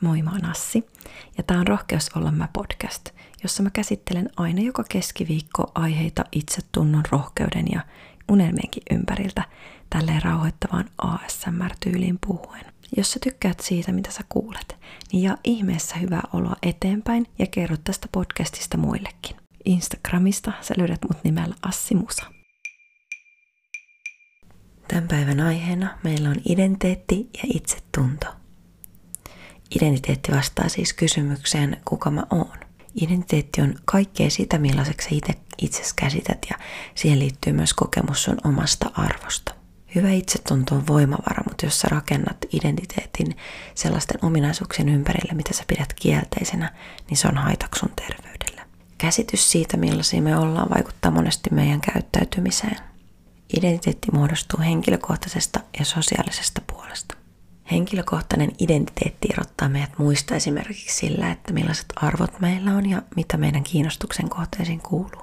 Moi, mä oon Assi ja tää on Rohkeus olla mä podcast, jossa mä käsittelen aina joka keskiviikko aiheita itsetunnon, rohkeuden ja unelmienkin ympäriltä tälleen rauhoittavaan ASMR-tyyliin puhuen. Jos sä tykkäät siitä, mitä sä kuulet, niin jaa ihmeessä hyvää oloa eteenpäin ja kerro tästä podcastista muillekin. Instagramista sä löydät mut nimellä Assi Musa. Tämän päivän aiheena meillä on identiteetti ja itsetunto. Identiteetti vastaa siis kysymykseen, kuka mä oon. Identiteetti on kaikkea sitä, millaiseksi sä itsesi käsität, ja siihen liittyy myös kokemus sun omasta arvosta. Hyvä itsetunto on voimavara, mutta jos sä rakennat identiteetin sellaisten ominaisuuksien ympärille, mitä sä pidät kielteisenä, niin se on haitaksi sun terveydelle. Käsitys siitä, millaisia me ollaan, vaikuttaa monesti meidän käyttäytymiseen. Identiteetti muodostuu henkilökohtaisesta ja sosiaalisesta puolesta. Henkilökohtainen identiteetti erottaa meidät muista esimerkiksi sillä, että millaiset arvot meillä on ja mitä meidän kiinnostuksen kohteisiin kuuluu.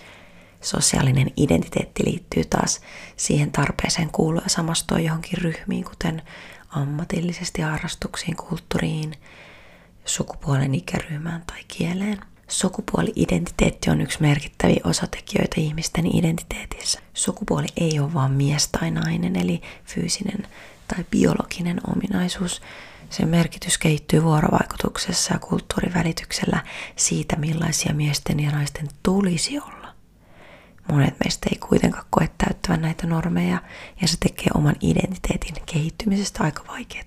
Sosiaalinen identiteetti liittyy taas siihen tarpeeseen kuulua ja samastua johonkin ryhmiin, kuten ammatillisesti harrastuksiin, kulttuuriin, sukupuolen, ikäryhmään tai kieleen. Sukupuoli-identiteetti on yksi merkittäviä osatekijöitä ihmisten identiteetissä. Sukupuoli ei ole vain mies tai nainen, eli fyysinen tai biologinen ominaisuus. Sen merkitys kehittyy vuorovaikutuksessa ja kulttuurivälityksellä siitä, millaisia miesten ja naisten tulisi olla. Monet meistä ei kuitenkaan koe täyttävän näitä normeja, ja se tekee oman identiteetin kehittymisestä aika vaikeaa.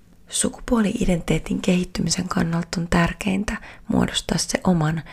Sukupuoli-identiteetin kehittymisen kannalta on tärkeintä muodostaa se oman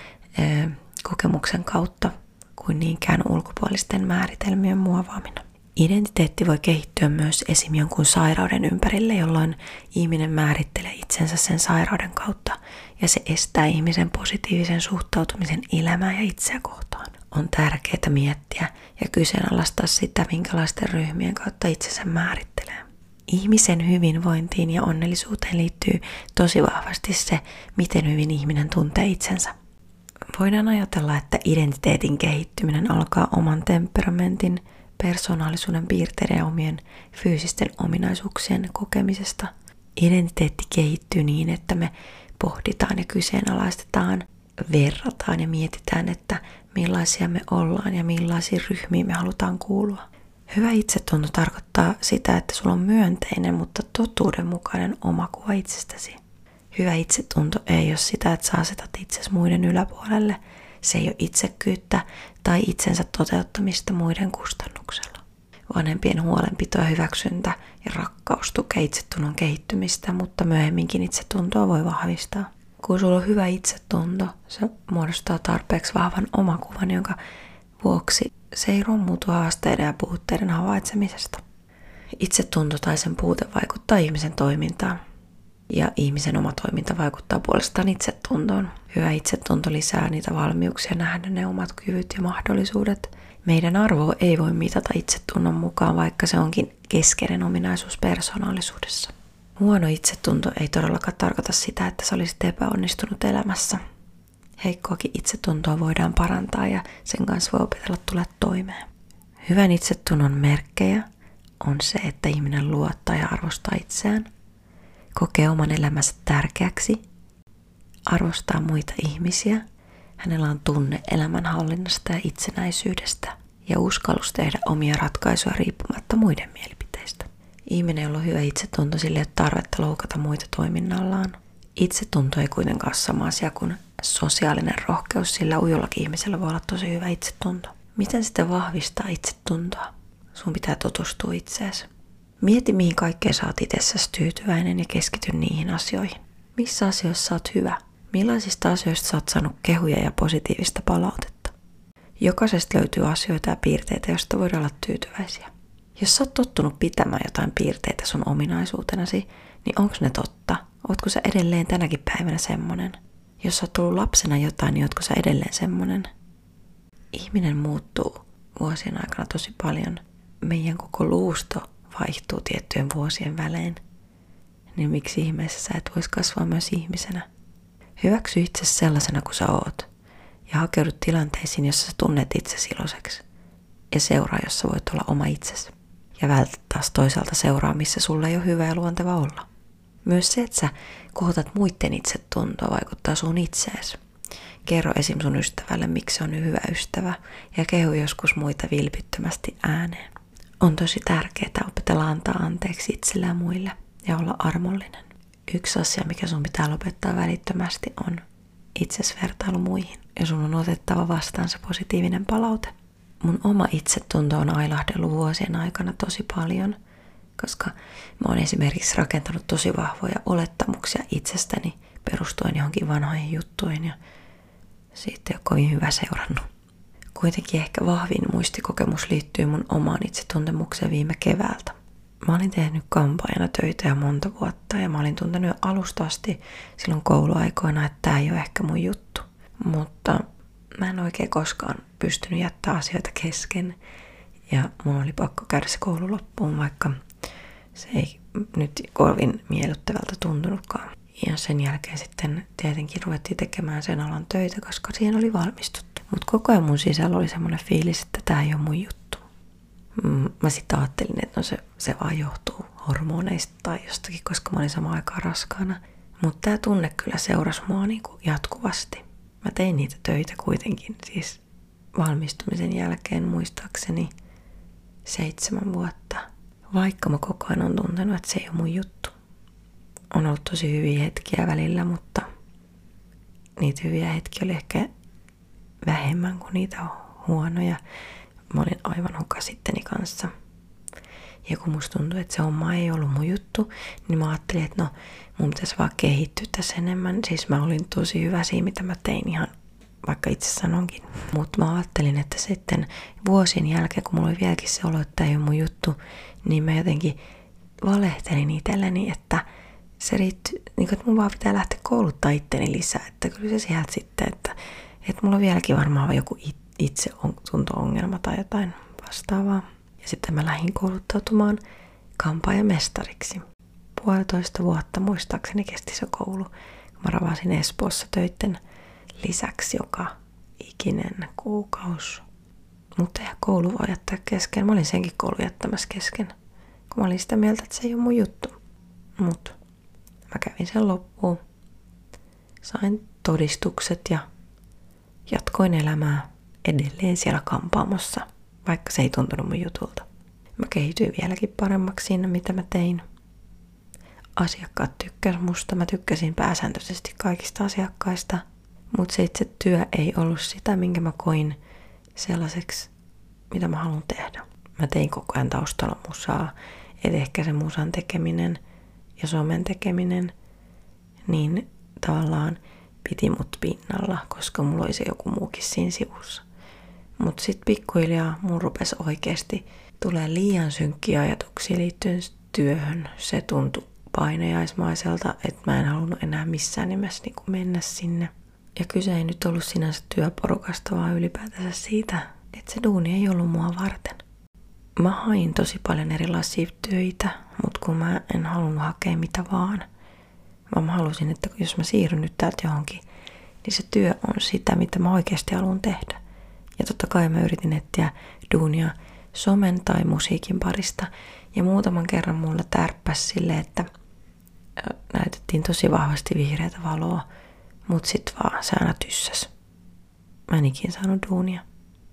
kokemuksen kautta kuin niinkään ulkopuolisten määritelmien muovaamina. Identiteetti voi kehittyä myös esim. Jonkun sairauden ympärille, jolloin ihminen määrittelee itsensä sen sairauden kautta ja se estää ihmisen positiivisen suhtautumisen elämään ja itseä kohtaan. On tärkeää miettiä ja kyseenalaistaa sitä, minkälaisten ryhmien kautta itsensä määrittelee. Ihmisen hyvinvointiin ja onnellisuuteen liittyy tosi vahvasti se, miten hyvin ihminen tuntee itsensä. Voidaan ajatella, että identiteetin kehittyminen alkaa oman temperamentin, persoonallisuuden piirteiden ja omien fyysisten ominaisuuksien kokemisesta. Identiteetti kehittyy niin, että me pohditaan ja kyseenalaistetaan, verrataan ja mietitään, että millaisia me ollaan ja millaisiin ryhmiin me halutaan kuulua. Hyvä itsetunto tarkoittaa sitä, että sulla on myönteinen, mutta totuudenmukainen omakuva itsestäsi. Hyvä itsetunto ei ole sitä, että sä asetat itsesi muiden yläpuolelle. Se ei ole itsekkyyttä tai itsensä toteuttamista muiden kustannuksella. Vanhempien huolenpito ja hyväksyntä ja rakkaus tukee itsetunnon kehittymistä, mutta myöhemminkin itsetuntoa voi vahvistaa. Kun sulla on hyvä itsetunto, se muodostaa tarpeeksi vahvan omakuvan, jonka vuoksi se ei rummuutu haasteiden ja puutteiden havaitsemisesta. Itsetunto tai sen puute vaikuttaa ihmisen toimintaan. Ja ihmisen oma toiminta vaikuttaa puolestaan itsetuntoon. Hyvä itsetunto lisää niitä valmiuksia nähdä ne omat kyvyt ja mahdollisuudet. Meidän arvoa ei voi mitata itsetunnon mukaan, vaikka se onkin keskeinen ominaisuus persoonallisuudessa. Huono itsetunto ei todellakaan tarkoita sitä, että sä olisit epäonnistunut elämässä. Heikkoakin itsetuntoa voidaan parantaa ja sen kanssa voi opetella tulla toimeen. Hyvän itsetunnon merkkejä on se, että ihminen luottaa ja arvostaa itseään, kokee oman elämänsä tärkeäksi, arvostaa muita ihmisiä, hänellä on tunne elämänhallinnasta ja itsenäisyydestä ja uskallus tehdä omia ratkaisuja riippumatta muiden mielipiteistä. Ihminen, jolla on hyvä itsetunto, sillä ei ole tarvetta loukata muita toiminnallaan. Itsetunto ei kuitenkaan ole sama asia kuin sosiaalinen rohkeus, sillä ujollakin ihmisellä voi olla tosi hyvä itsetunto. Miten sitten vahvistaa itsetuntoa? Sun pitää tutustua itseesi. Mieti, mihin kaikkeen sä oot itsessäsi tyytyväinen ja keskity niihin asioihin. Missä asioissa sä oot hyvä? Millaisista asioista sä oot saanut kehuja ja positiivista palautetta? Jokaisesta löytyy asioita ja piirteitä, joista voidaan olla tyytyväisiä. Jos sä oot tottunut pitämään jotain piirteitä sun ominaisuutenasi, niin onko ne totta? Ootko sä edelleen tänäkin päivänä semmonen? Jos sä oot tullut lapsena jotain, niin ootko sä edelleen semmonen? Ihminen muuttuu vuosien aikana tosi paljon. Meidän koko luusto vaihtuu tiettyjen vuosien välein. Niin miksi ihmeessä sä et vois kasvaa myös ihmisenä? Hyväksy itsesi sellaisena kuin sä oot. Ja hakeudu tilanteisiin, jossa sä tunnet itsesi iloiseksi. Ja seuraa, jossa voit olla oma itsesi. Ja vältä taas toisaalta seuraa, missä sulla ei ole hyvä ja luonteva olla. Myös se, että sä kohotat muiden itsetuntoa, vaikuttaa sun itseesi. Kerro esim. Sun ystävälle, miksi se on hyvä ystävä, ja kehu joskus muita vilpittömästi ääneen. On tosi tärkeää opetella antaa anteeksi itselle ja muille ja olla armollinen. Yksi asia, mikä sun pitää lopettaa välittömästi, on itsesvertailu muihin. Ja sun on otettava vastaan se positiivinen palaute. Mun oma itsetunto on ailahdellut vuosien aikana tosi paljon, koska mä oon esimerkiksi rakentanut tosi vahvoja olettamuksia itsestäni perustuen johonkin vanhoihin juttuihin ja siitä ei ole kovin hyvä seurannut. Kuitenkin ehkä vahvin muistikokemus liittyy mun omaan itsetuntemukseen viime keväältä. Mä olin tehnyt kampaajana töitä jo monta vuotta ja mä olin tuntenut jo alusta asti silloin kouluaikoina, että tää ei ole ehkä mun juttu. Mutta mä en oikein koskaan pystynyt jättämään asioita kesken ja mun oli pakko käydä se koulu loppuun, vaikka se ei nyt kovin miellyttävältä tuntunutkaan. Ja sen jälkeen sitten tietenkin ruvettiin tekemään sen alan töitä, koska siihen oli valmistuttu. Mutta koko ajan mun sisällä oli semmoinen fiilis, että tää ei ole mun juttu. Mä sitten ajattelin, että se vaan johtuu hormoneista tai jostakin, koska mä olin samaan aikaan raskaana. Mutta tää tunne kyllä seurasi mua niinku jatkuvasti. Mä tein niitä töitä kuitenkin, siis valmistumisen jälkeen muistaakseni 7 vuotta. Vaikka mä koko ajan on tuntenut, että se ei ole mun juttu. On ollut tosi hyviä hetkiä välillä, mutta niitä hyviä hetkiä oli ehkä vähemmän kuin niitä huonoja. Mä olin aivan hukas itteni kanssa. Ja kun musta tuntui, että se homma ei ollut mun juttu, niin mä ajattelin, että mun pitäisi vaan kehittyä tässä enemmän. Siis mä olin tosi hyvä siinä, mitä mä tein ihan, vaikka itse sanonkin. Mutta mä ajattelin, että sitten vuosien jälkeen, kun mulla oli vieläkin se olo, että ei ole mun juttu, niin mä jotenkin valehtelin itselleni, että se riittyy, niin että mun vaan pitää lähteä kouluttaa itteni lisää. Että kyllä se sieltä sitten, että mulla on vieläkin varmaan joku itsetunto-ongelma tai jotain vastaavaa. Ja sitten mä lähdin kouluttautumaan kampaajamestariksi. 1,5 vuotta muistaakseni kesti se koulu. Mä ravasin Espoossa töitten lisäksi joka ikinen kuukausi. Mutta eihän koulu voi jättää kesken. Mä olin senkin koulun jättämässä kesken. Kun mä olin sitä mieltä, että se ei ole mun juttu. Mut mä kävin sen loppuun. Sain todistukset ja jatkoin elämää edelleen siellä kampaamossa, vaikka se ei tuntunut mun jutulta. Mä kehityin vieläkin paremmaksi siinä, mitä mä tein. Asiakkaat tykkäsivät musta. Mä tykkäsin pääsääntöisesti kaikista asiakkaista, mutta se itse työ ei ollut sitä, minkä mä koin sellaiseksi, mitä mä haluan tehdä. Mä tein koko ajan taustalla musaa, et ehkä se musan tekeminen ja somen tekeminen, niin tavallaan piti mut pinnalla, koska mulla oli se joku muukin siinä sivussa. Mutta sitten pikkuhiljaa mun rupesi oikeasti tulee liian synkkiä ajatuksia liittyen työhön. Se tuntui painajaismaiselta, että mä en halunnut enää missään nimessä niin mennä sinne. Ja kyse ei nyt ollut sinänsä työporukasta, vaan ylipäätänsä siitä, että se duuni ei ollut mua varten. Mä hain tosi paljon erilaisia töitä, mutta kun mä en halunnut hakea mitä vaan mä halusin, että jos mä siirryn nyt täältä johonkin, niin se työ on sitä, mitä mä oikeasti haluan tehdä. Ja totta kai mä yritin etsiä duunia somen tai musiikin parista. Ja muutaman kerran mulla tärppäsi silleen, että näytettiin tosi vahvasti vihreätä valoa, mut sit vaan se aina tyssäs. Mä en ikin saanut duunia.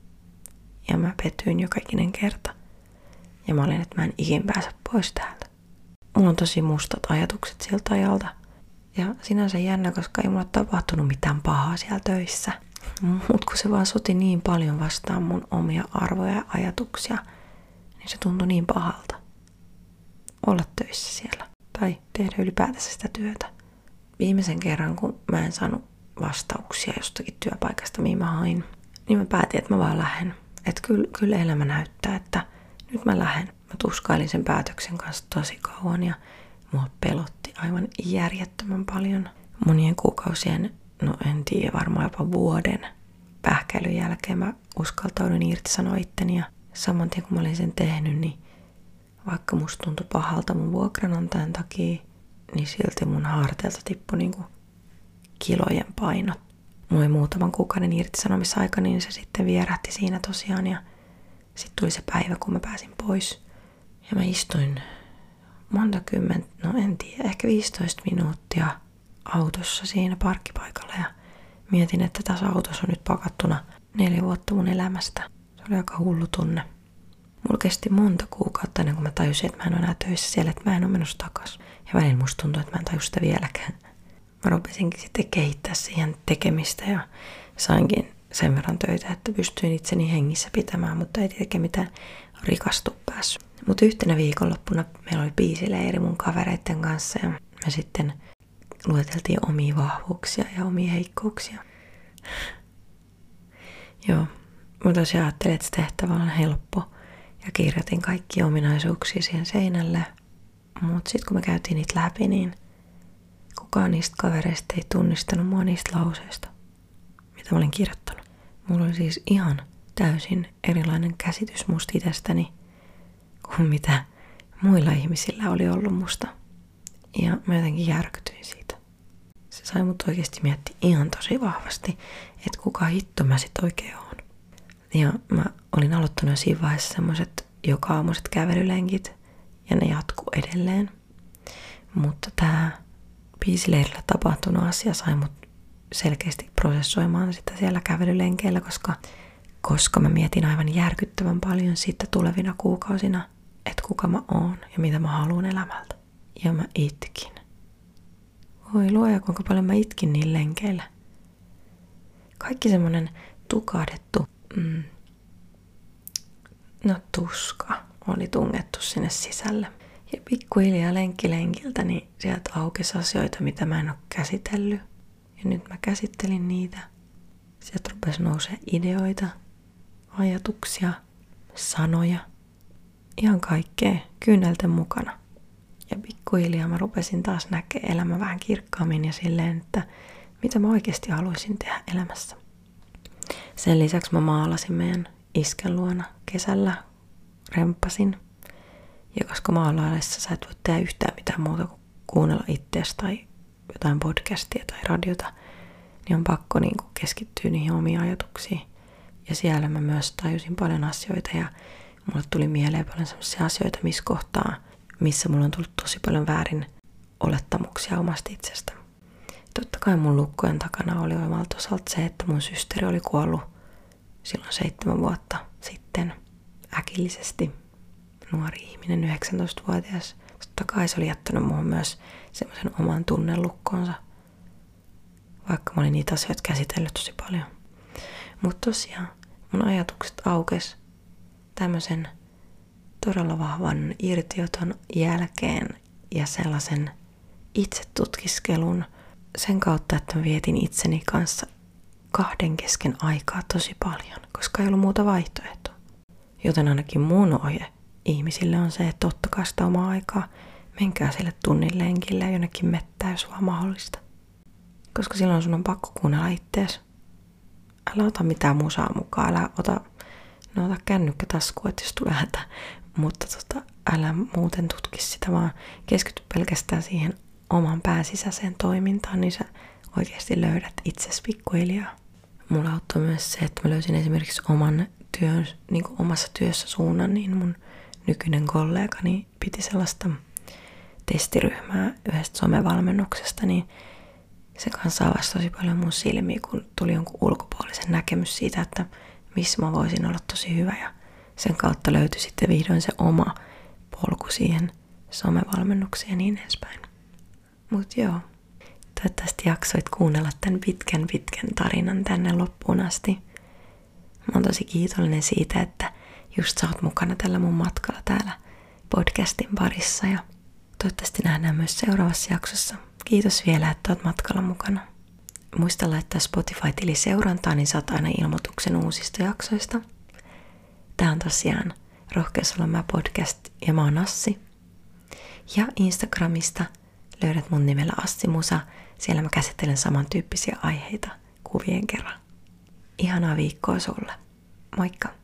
Ja mä petyin joka ikinen kerta. Ja mä olin, että mä en ikin pääse pois täältä. Mulla on tosi mustat ajatukset siltä ajalta. Ja sinänsä jännä, koska ei mulla tapahtunut mitään pahaa siellä töissä. Mut kun se vaan soti niin paljon vastaan mun omia arvoja ja ajatuksia, niin se tuntui niin pahalta olla töissä siellä. Tai tehdä ylipäätänsä sitä työtä. Viimeisen kerran, kun mä en saanut vastauksia jostakin työpaikasta, mihin mä hain, niin mä päätin, että mä vaan lähden. Että kyllä elämä näyttää, että nyt mä lähden. Mä tuskailin sen päätöksen kanssa tosi kauan ja mua pelotti aivan järjettömän paljon. Monien kuukausien, no en tiedä, varmaan jopa vuoden pähkäilyn jälkeen mä uskaltauduin irtisanoa itteni. Ja saman tien kun mä olin sen tehnyt, niin vaikka musta tuntui pahalta mun vuokranantajan takia, niin silti mun harteilta tippui niinku kilojen painot. Mulla oli muutaman kuukauden irtisanomisaika, niin se sitten vierähti siinä tosiaan. Ja sitten tuli se päivä, kun mä pääsin pois. Ja mä istuin monta kymmentä, no en tiedä, ehkä 15 minuuttia autossa siinä parkkipaikalla ja mietin, että tässä autossa on nyt pakattuna 4 vuotta mun elämästä. Se oli aika hullu tunne. Mulla kesti monta kuukautta ennen kuin mä tajusin, että mä en ole enää töissä siellä, että mä en ole menossa takas. Ja välillä musta tuntui, että mä en taju sitä vieläkään. Mä rupesinkin sitten kehittää siihen tekemistä ja sainkin sen verran töitä, että pystyin itseni hengissä pitämään, mutta ei tietenkään mitään rikastu päässyt. Mutta yhtenä viikonloppuna meillä oli biisileiri mun kavereiden kanssa ja me sitten lueteltiin omia vahvuuksia ja omia heikkouksia. Joo, mä tosiaan ajattelin, että se tehtävä on helppo ja kirjoitin kaikki ominaisuuksia siihen seinälle. Mutta sitten kun me käytiin niitä läpi, niin kukaan niistä kavereista ei tunnistanut mua niistä lauseista, mitä mä olin kirjoittanut. Mulla oli siis ihan täysin erilainen käsitys musta itsestäni kuin mitä muilla ihmisillä oli ollut musta. Ja mä jotenkin järkytyin siitä. Se sai mut oikeasti miettiä ihan tosi vahvasti, että kuka hitto mä sit oikein oon. Ja mä olin aloittanut jo siinä vaiheessa semmoset joka-aamuiset kävelylenkit ja ne jatkuu edelleen. Mutta tää biisileirillä tapahtunut asia sai mut selkeästi prosessoimaan sitä siellä kävelylenkeillä, koska mä mietin aivan järkyttävän paljon siitä tulevina kuukausina, että kuka mä oon ja mitä mä haluan elämältä. Ja mä itkin. Voi luoja, kuinka paljon mä itkin niin lenkeillä. Kaikki semmonen tukahdettu, tuska oli tungettu sinne sisälle. Ja pikkuhiljaa lenkkilenkiltä, niin sieltä aukesi asioita, mitä mä en ole käsitellyt. Ja nyt mä käsittelin niitä. Sieltä rupesi nousee ideoita, ajatuksia, sanoja. Ihan kaikkea kyynelten mukana. Ja pikkuhiljaa mä rupesin taas näkemään elämä vähän kirkkaammin ja silleen, että mitä mä oikeasti haluaisin tehdä elämässä. Sen lisäksi mä maalasin meidän iskän luona kesällä, remppasin. Ja koska maalaillessa sä et voi tehdä yhtään mitään muuta kuin kuunnella itseäsi tai jotain podcastia tai radiota, niin on pakko niin kuin keskittyä niihin omiin ajatuksiin. Ja siellä mä myös tajusin paljon asioita ja mulle tuli mieleen paljon sellaisia asioita, missä mulla on tullut tosi paljon väärin olettamuksia omasta itsestä. Totta kai mun lukkojen takana oli omalta osalta se, että mun systeri oli kuollut silloin 7 vuotta sitten äkillisesti. Nuori ihminen, 19-vuotias. Totta kai se oli jättänyt muun myös semmoisen oman tunnelukkonsa, vaikka mä olin niitä asioita käsitellyt tosi paljon. Mutta tosiaan mun ajatukset aukes tämmöisen todella vahvan irtioton jälkeen ja sellaisen itsetutkiskelun sen kautta, että mä vietin itseni kanssa 2 kesken aikaa tosi paljon, koska ei ollut muuta vaihtoehtoa. Joten ainakin mun ohje ihmisille on se, että ottakaa sitä omaa aikaa, menkää sille tunnin lenkille ja jonnekin mettään, jos vaan mahdollista. Koska silloin sun on pakko kuunnella ittees. Älä ota mitään musaa mukaan, älä ota kännykkä taskuun, että jos tulee hätä. Mutta älä muuten tutki sitä, vaan keskity pelkästään siihen oman pääsisäiseen toimintaan, niin sä oikeasti löydät itsesi pikkuhiljaa. Mulla auttoi myös se, että mä löysin esimerkiksi omassa työssä suunnan, niin mun nykyinen kollegani piti sellaista testiryhmää yhdestä somevalmennuksesta, niin se kanssa avasi tosi paljon mun silmiä, kun tuli jonkun ulkopuolisen näkemys siitä, että missä mä voisin olla tosi hyvä. Ja sen kautta löytyi sitten vihdoin se oma polku siihen somevalmennukseen ja niin edespäin. Mut joo, toivottavasti jaksoit kuunnella tämän pitkän tarinan tänne loppuun asti. Mä oon tosi kiitollinen siitä, että just sä oot mukana tällä mun matkalla täällä podcastin parissa ja toivottavasti nähdään myös seuraavassa jaksossa. Kiitos vielä, että oot matkalla mukana. Muista laittaa Spotify-tili seurantaa, niin saat aina ilmoituksen uusista jaksoista. Tää on tosiaan Rohkeus olla mä podcast ja mä oon Assi. Ja Instagramista löydät mun nimellä Assi Musa. Siellä mä käsittelen samantyyppisiä aiheita kuvien kerran. Ihanaa viikkoa sulle. Moikka!